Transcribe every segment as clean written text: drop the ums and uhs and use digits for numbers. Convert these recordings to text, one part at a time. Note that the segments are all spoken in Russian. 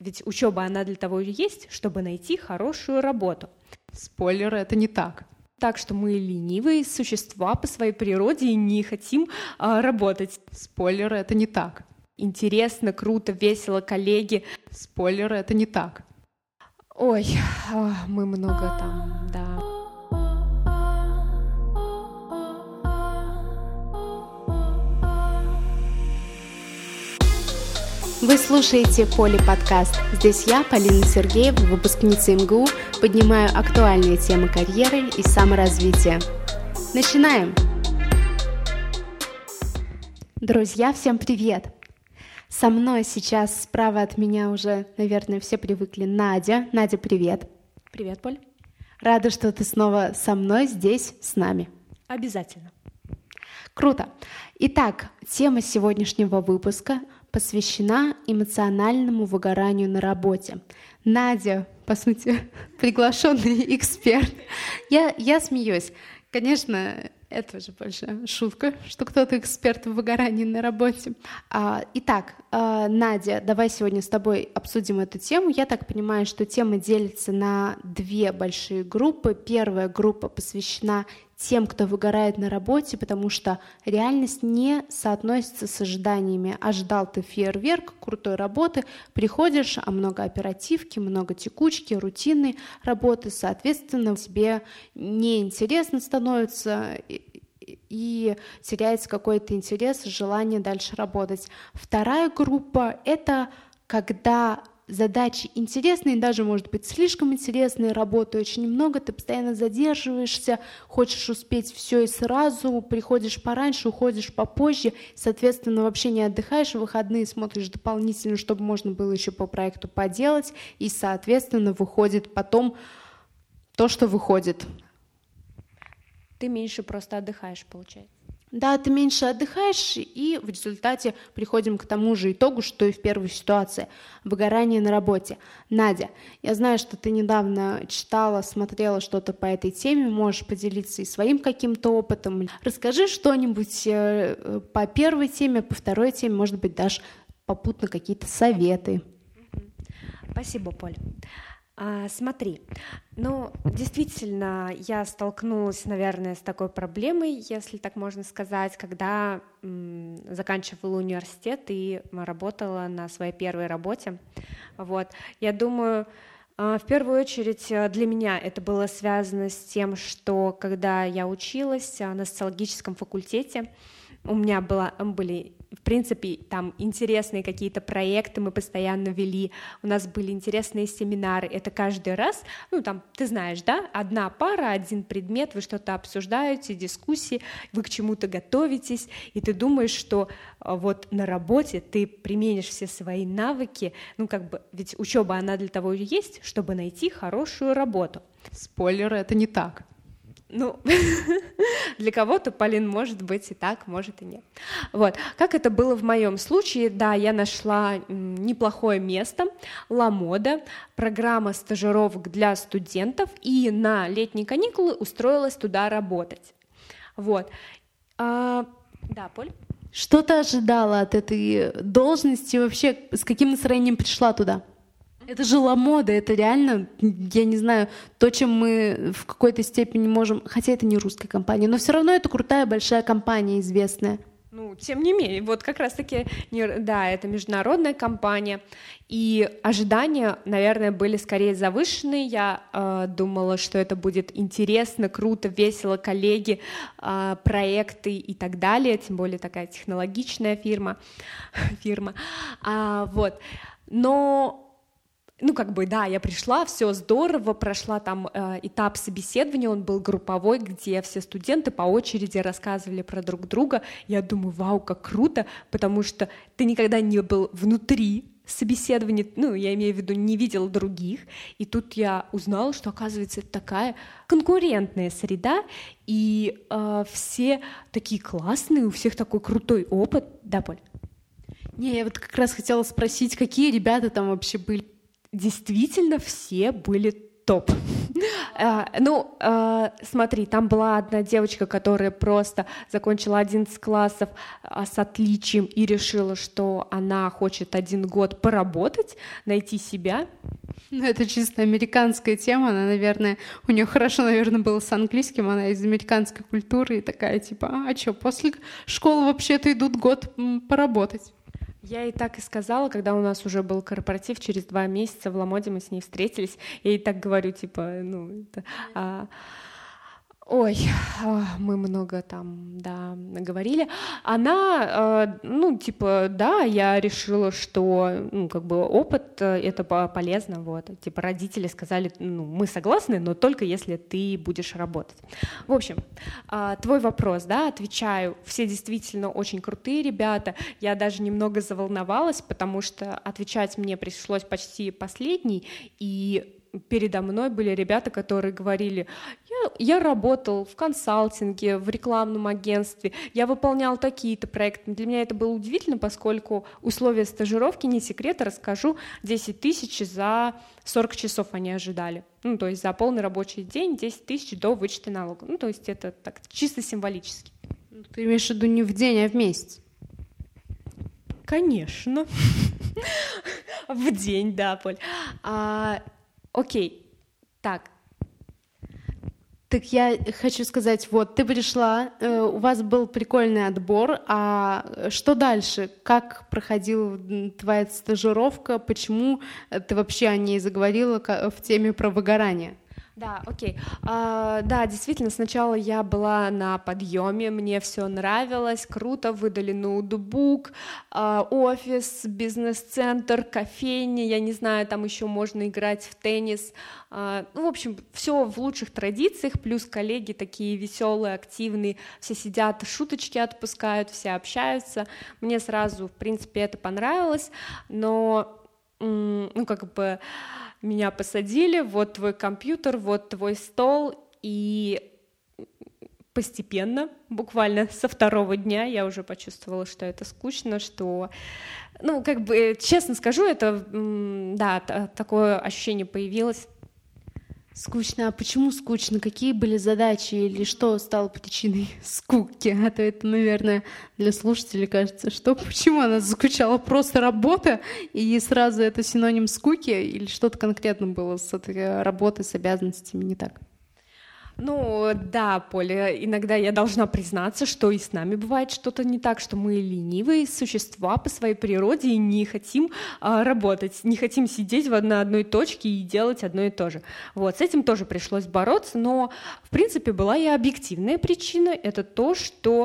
ведь учеба, она для того и есть, чтобы найти хорошую работу. Спойлер, это не так. Так что мы ленивые существа по своей природе и не хотим работать. Спойлер, это не так. Интересно, круто, весело, коллеги. Спойлер, это не так. Ой, мы много там, да. Вы слушаете Поли-подкаст. Здесь я, Полина Сергеева, выпускница МГУ, поднимаю актуальные темы карьеры и саморазвития. Начинаем! Друзья, всем привет! Со мной сейчас справа от меня уже, наверное, все привыкли Надя. Надя, привет! Привет, Поль. Рада, что ты снова со мной здесь, с нами. Обязательно. Круто! Итак, тема сегодняшнего выпуска посвящена эмоциональному выгоранию на работе. Надя, по сути, приглашенный эксперт. Я смеюсь. Конечно, это уже больше шутка, что кто-то эксперт в выгорании на работе. Итак, Надя, давай сегодня с тобой обсудим эту тему. Я так понимаю, что тема делится на две большие группы. Первая группа посвящена тем, кто выгорает на работе, потому что реальность не соотносится с ожиданиями. Ожидал ты фейерверк, крутой работы, приходишь, а много оперативки, много текучки, рутинной работы, соответственно, тебе неинтересно становится и теряется какой-то интерес, желание дальше работать. Вторая группа — это когда задачи интересные, даже, может быть, слишком интересные, работы очень много, ты постоянно задерживаешься, хочешь успеть все и сразу, приходишь пораньше, уходишь попозже, соответственно, вообще не отдыхаешь, в выходные смотришь дополнительно, чтобы можно было еще по проекту поделать, и, соответственно, выходит потом то, что выходит. Ты меньше просто отдыхаешь, получается. Да, ты меньше отдыхаешь, и в результате приходим к тому же итогу, что и в первой ситуации — выгорание на работе. Надя, я знаю, что ты недавно читала, смотрела что-то по этой теме, можешь поделиться и своим каким-то опытом. Расскажи что-нибудь по первой теме, по второй теме, может быть, дашь попутно какие-то советы. Спасибо, Поль. Смотри, действительно, я столкнулась, наверное, с такой проблемой, если так можно сказать, когда заканчивала университет и работала на своей первой работе. Вот. Я думаю, в первую очередь для меня это было связано с тем, что когда я училась на социологическом факультете, у меня были, в принципе, там интересные какие-то проекты мы постоянно вели, у нас были интересные семинары, это каждый раз, там, ты знаешь, да, одна пара, один предмет, вы что-то обсуждаете, дискуссии, вы к чему-то готовитесь, и ты думаешь, что вот на работе ты применишь все свои навыки, ведь учеба, она для того и есть, чтобы найти хорошую работу. Спойлер, это не так. Для кого-то, Полин, может быть и так, может и нет. Вот. Как это было в моем случае? Да, я нашла неплохое место, ЛаМода, программа стажировок для студентов, и на летние каникулы устроилась туда работать. Вот. Да, Поль? Что ты ожидала от этой должности? Вообще, с каким настроением пришла туда? Это же ЛаМода, это реально, я не знаю, то, чем мы в какой-то степени можем, хотя это не русская компания, но все равно это крутая большая компания, известная. Тем не менее, вот как раз-таки, да, это международная компания, и ожидания, наверное, были скорее завышенные. Я думала, что это будет интересно, круто, весело, коллеги, проекты и так далее, тем более такая технологичная фирма. Вот. Но да, я пришла, все здорово, прошла там этап собеседования, он был групповой, где все студенты по очереди рассказывали про друг друга. Я думаю, вау, как круто, потому что ты никогда не был внутри собеседования, я имею в виду, не видел других, и тут я узнала, что, оказывается, это такая конкурентная среда, и все такие классные, у всех такой крутой опыт. Да, Поль? Не, я вот как раз хотела спросить, какие ребята там вообще были? Действительно, все были Стоп. Смотри, там была одна девочка, которая просто закончила 11 классов с отличием и решила, что она хочет 1 год поработать, найти себя. Ну, это чисто американская тема, она, наверное, у нее хорошо, наверное, было с английским, она из американской культуры и такая, типа, а что, после школы вообще-то идут год поработать. Я ей так и сказала, когда у нас уже был корпоратив, через 2 месяца в Ламоде мы с ней встретились, я ей так говорю, типа, мы много там, да, говорили. Она, да, я решила, что, опыт это полезно, вот. Типа родители сказали, мы согласны, но только если ты будешь работать. В общем, твой вопрос, да, отвечаю. Все действительно очень крутые ребята. Я даже немного заволновалась, потому что отвечать мне пришлось почти последний, и передо мной были ребята, которые говорили, я работал в консалтинге, в рекламном агентстве, я выполнял такие-то проекты. Для меня это было удивительно, поскольку условия стажировки, не секрет, расскажу, 10 тысяч за 40 часов они ожидали. То есть за полный рабочий день 10 тысяч до вычета налога. То есть это так чисто символически. Ты имеешь в виду не в день, а в месяц? Конечно. В день, да, Поль. Окей, так. Так я хочу сказать, вот, ты пришла, у вас был прикольный отбор, а что дальше? Как проходила твоя стажировка? Почему ты вообще о ней заговорила в теме про выгорание? Да, окей. Да, действительно, сначала я была на подъеме, мне все нравилось, круто, выдали ноутбук, офис, бизнес-центр, кофейня, я не знаю, там еще можно играть в теннис. В общем, все в лучших традициях, плюс коллеги такие веселые, активные, все сидят, шуточки отпускают, все общаются. Мне сразу, в принципе, это понравилось, но, меня посадили, вот твой компьютер, вот твой стол, и постепенно, буквально со 2-го дня я уже почувствовала, что это скучно, что, честно скажу, это, да, такое ощущение появилось. Скучно. А почему скучно? Какие были задачи или что стало причиной скуки? А то это, наверное, для слушателей кажется, что почему она заскучала? Просто работа, и сразу это синоним скуки, или что-то конкретно было с этой работой, с обязанностями не так? Да, Поля, иногда я должна признаться, что и с нами бывает что-то не так, что мы ленивые существа по своей природе и не хотим работать, не хотим сидеть на одной точке и делать одно и то же. Вот, с этим тоже пришлось бороться, но, в принципе, была и объективная причина, это то, что,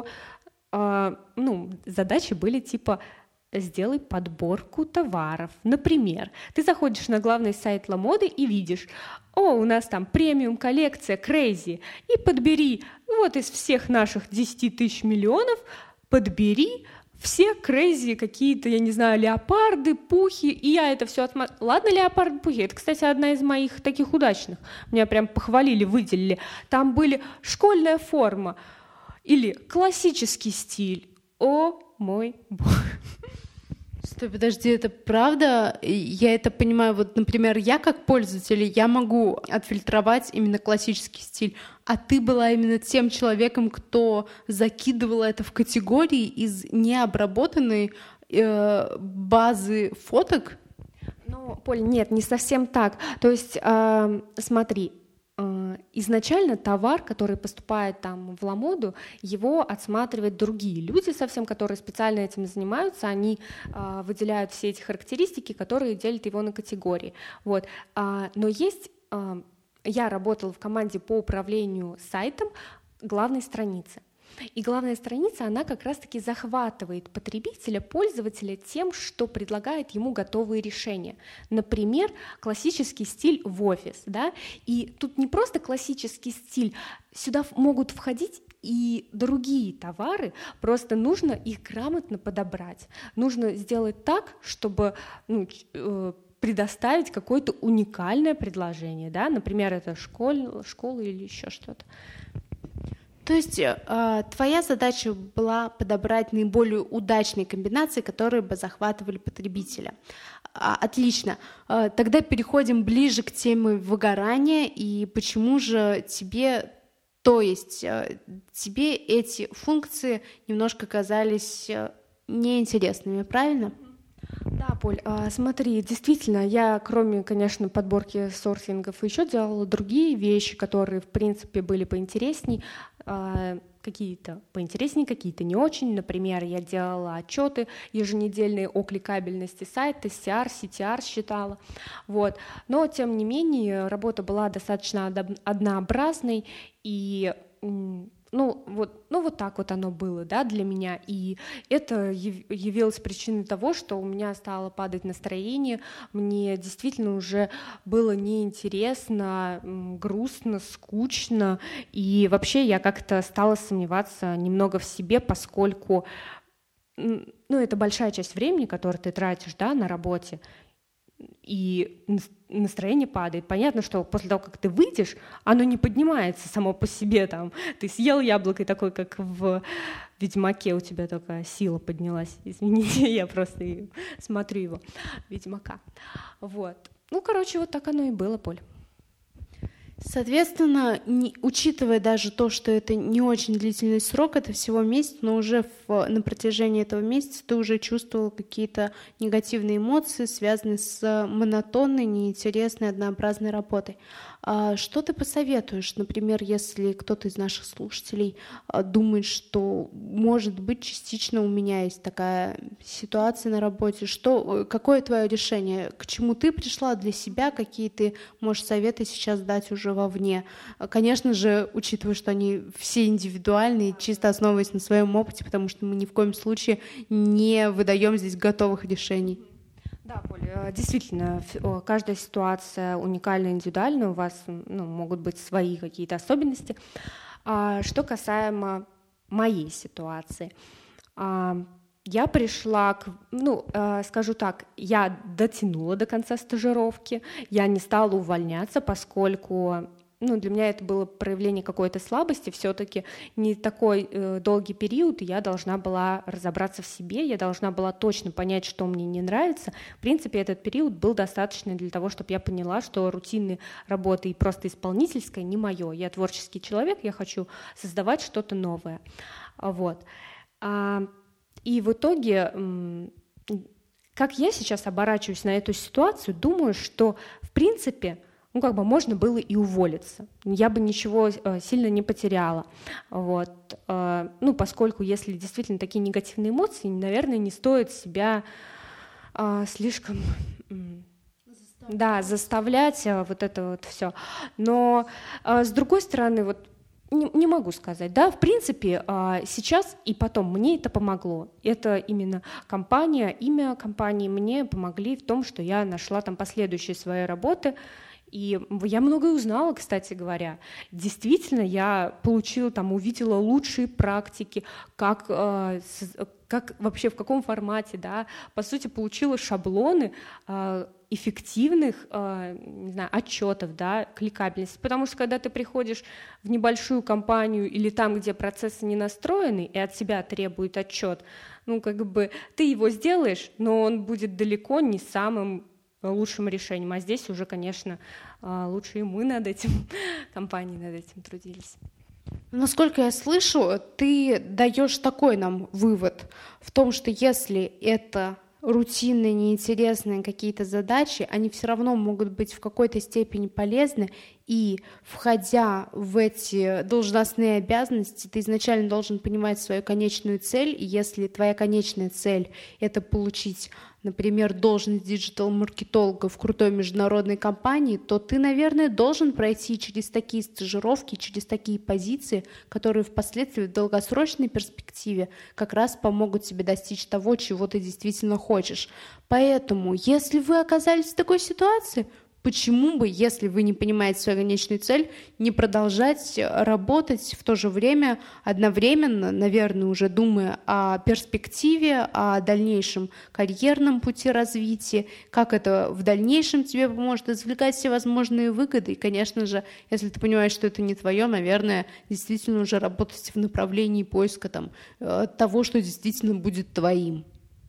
задачи были типа сделай подборку товаров. Например, ты заходишь на главный сайт Ламоды и видишь, у нас там премиум коллекция Crazy, и подбери, вот из всех наших 10 тысяч миллионов, подбери все Crazy какие-то, я не знаю, леопарды, пухи, и я это все Ладно, леопарды, пухи, это, кстати, одна из моих таких удачных, меня прям похвалили, выделили. Там были школьная форма или классический стиль. О мой бог. Стой, подожди, это правда? Я это понимаю. Вот, например, я как пользователь, я могу отфильтровать именно классический стиль, а ты была именно тем человеком, кто закидывал это в категории из необработанной базы фоток? Поль, нет, не совсем так. То есть, смотри, изначально товар, который поступает там в Ламоду, его отсматривают другие люди совсем, которые специально этим занимаются, они выделяют все эти характеристики, которые делят его на категории. Вот. Но есть, я работала в команде по управлению сайтом главной страницы. И главная страница, она как раз-таки захватывает потребителя, пользователя тем, что предлагает ему готовые решения. Например, классический стиль в офис. Да? И тут не просто классический стиль, сюда могут входить и другие товары, просто нужно их грамотно подобрать. Нужно сделать так, чтобы предоставить какое-то уникальное предложение. Да? Например, это школа или еще что-то. То есть твоя задача была подобрать наиболее удачные комбинации, которые бы захватывали потребителя. Отлично. Тогда переходим ближе к теме выгорания. И почему же тебе, то есть тебе эти функции немножко казались неинтересными, правильно? Да, Поль, смотри, действительно, я, кроме, конечно, подборки сорсингов, еще делала другие вещи, которые, в принципе, были поинтересней, какие-то поинтереснее, какие-то не очень. Например, я делала отчеты еженедельные о кликабельности сайта, SER, CTR считала. Вот. Но, тем не менее, работа была достаточно однообразной, и вот так вот оно было, да, для меня, и это явилось причиной того, что у меня стало падать настроение, мне действительно уже было неинтересно, грустно, скучно, и вообще я как-то стала сомневаться немного в себе, поскольку, это большая часть времени, которую ты тратишь, да, на работе, и настроение падает. Понятно, что после того, как ты выйдешь, оно не поднимается само по себе. Там, ты съел яблоко, и такой, как в «Ведьмаке» у тебя такая сила поднялась. Извините, я просто смотрю его, «Ведьмака». Вот. Вот так оно и было, Поль. Соответственно, учитывая даже то, что это не очень длительный срок, это всего месяц, но уже на протяжении этого месяца ты уже чувствовал какие-то негативные эмоции, связанные с монотонной, неинтересной, однообразной работой. Что ты посоветуешь, например, если кто-то из наших слушателей думает, что, может быть, частично у меня есть такая ситуация на работе, какое твое решение, к чему ты пришла для себя, какие ты можешь советы сейчас дать уже вовне? Конечно же, учитывая, что они все индивидуальные, чисто основываясь на своем опыте, потому что мы ни в коем случае не выдаем здесь готовых решений. Да, Поля, действительно, каждая ситуация уникальна, индивидуальна, у вас могут быть свои какие-то особенности. Что касаемо моей ситуации, я пришла скажу так, я дотянула до конца стажировки, я не стала увольняться, поскольку для меня это было проявление какой-то слабости, все-таки не такой долгий период, и я должна была разобраться в себе, я должна была точно понять, что мне не нравится. В принципе, этот период был достаточно для того, чтобы я поняла, что рутинная работа и просто исполнительская не мое. Я творческий человек, я хочу создавать что-то новое. Вот. И в итоге, как я сейчас оборачиваюсь на эту ситуацию, думаю, что, в принципе, можно было и уволиться. Я бы ничего сильно не потеряла. Вот. Поскольку если действительно такие негативные эмоции, наверное, не стоит себя слишком заставлять вот это вот все. Но с другой стороны, не могу сказать, да, в принципе, сейчас и потом мне это помогло. Это именно имя компании мне помогли в том, что я нашла там последующие свои работы. И я многое узнала, кстати говоря. Действительно, я увидела лучшие практики, как вообще, в каком формате, да, по сути, получила шаблоны эффективных, отчетов, да, кликабельности. Потому что когда ты приходишь в небольшую компанию или там, где процессы не настроены, и от тебя требует отчет, ты его сделаешь, но он будет далеко не самым лучшим решением. А здесь уже, конечно, лучше и мы над этим, компании над этим трудились. Насколько я слышу, ты даешь такой нам вывод в том, что если это рутинные, неинтересные какие-то задачи, они все равно могут быть в какой-то степени полезны, и, входя в эти должностные обязанности, ты изначально должен понимать свою конечную цель, и если твоя конечная цель — это получить, например, должность диджитал-маркетолога в крутой международной компании, то ты, наверное, должен пройти через такие стажировки, через такие позиции, которые впоследствии в долгосрочной перспективе как раз помогут тебе достичь того, чего ты действительно хочешь. Поэтому, если вы оказались в такой ситуации, почему бы, если вы не понимаете свою конечную цель, не продолжать работать в то же время, одновременно, наверное, уже думая о перспективе, о дальнейшем карьерном пути развития, как это в дальнейшем тебе поможет извлекать все возможные выгоды. И, конечно же, если ты понимаешь, что это не твое, наверное, действительно уже работать в направлении поиска того, что действительно будет твоим.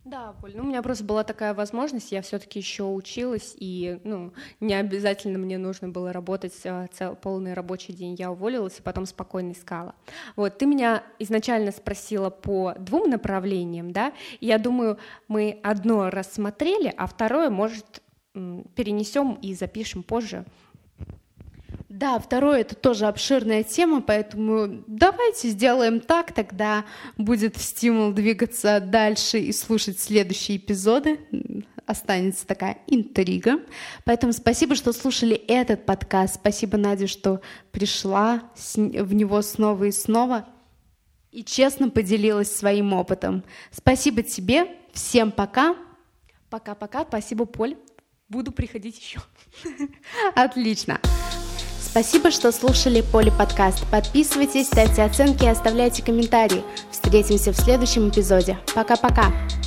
Да, Поль, у меня просто была такая возможность, я все-таки еще училась, и не обязательно мне нужно было работать полный рабочий день, я уволилась и потом спокойно искала. Вот, ты меня изначально спросила по 2 направлениям, да, и я думаю, мы одно рассмотрели, а второе, может, перенесем и запишем позже. Да, второе — это тоже обширная тема, поэтому давайте сделаем так, тогда будет стимул двигаться дальше и слушать следующие эпизоды. Останется такая интрига. Поэтому спасибо, что слушали этот подкаст. Спасибо, Надя, что пришла в него снова и снова и честно поделилась своим опытом. Спасибо тебе. Всем пока. Пока-пока. Спасибо, Поль. Буду приходить еще. Отлично. Спасибо, что слушали Поли подкаст. Подписывайтесь, ставьте оценки и оставляйте комментарии. Встретимся в следующем эпизоде. Пока-пока.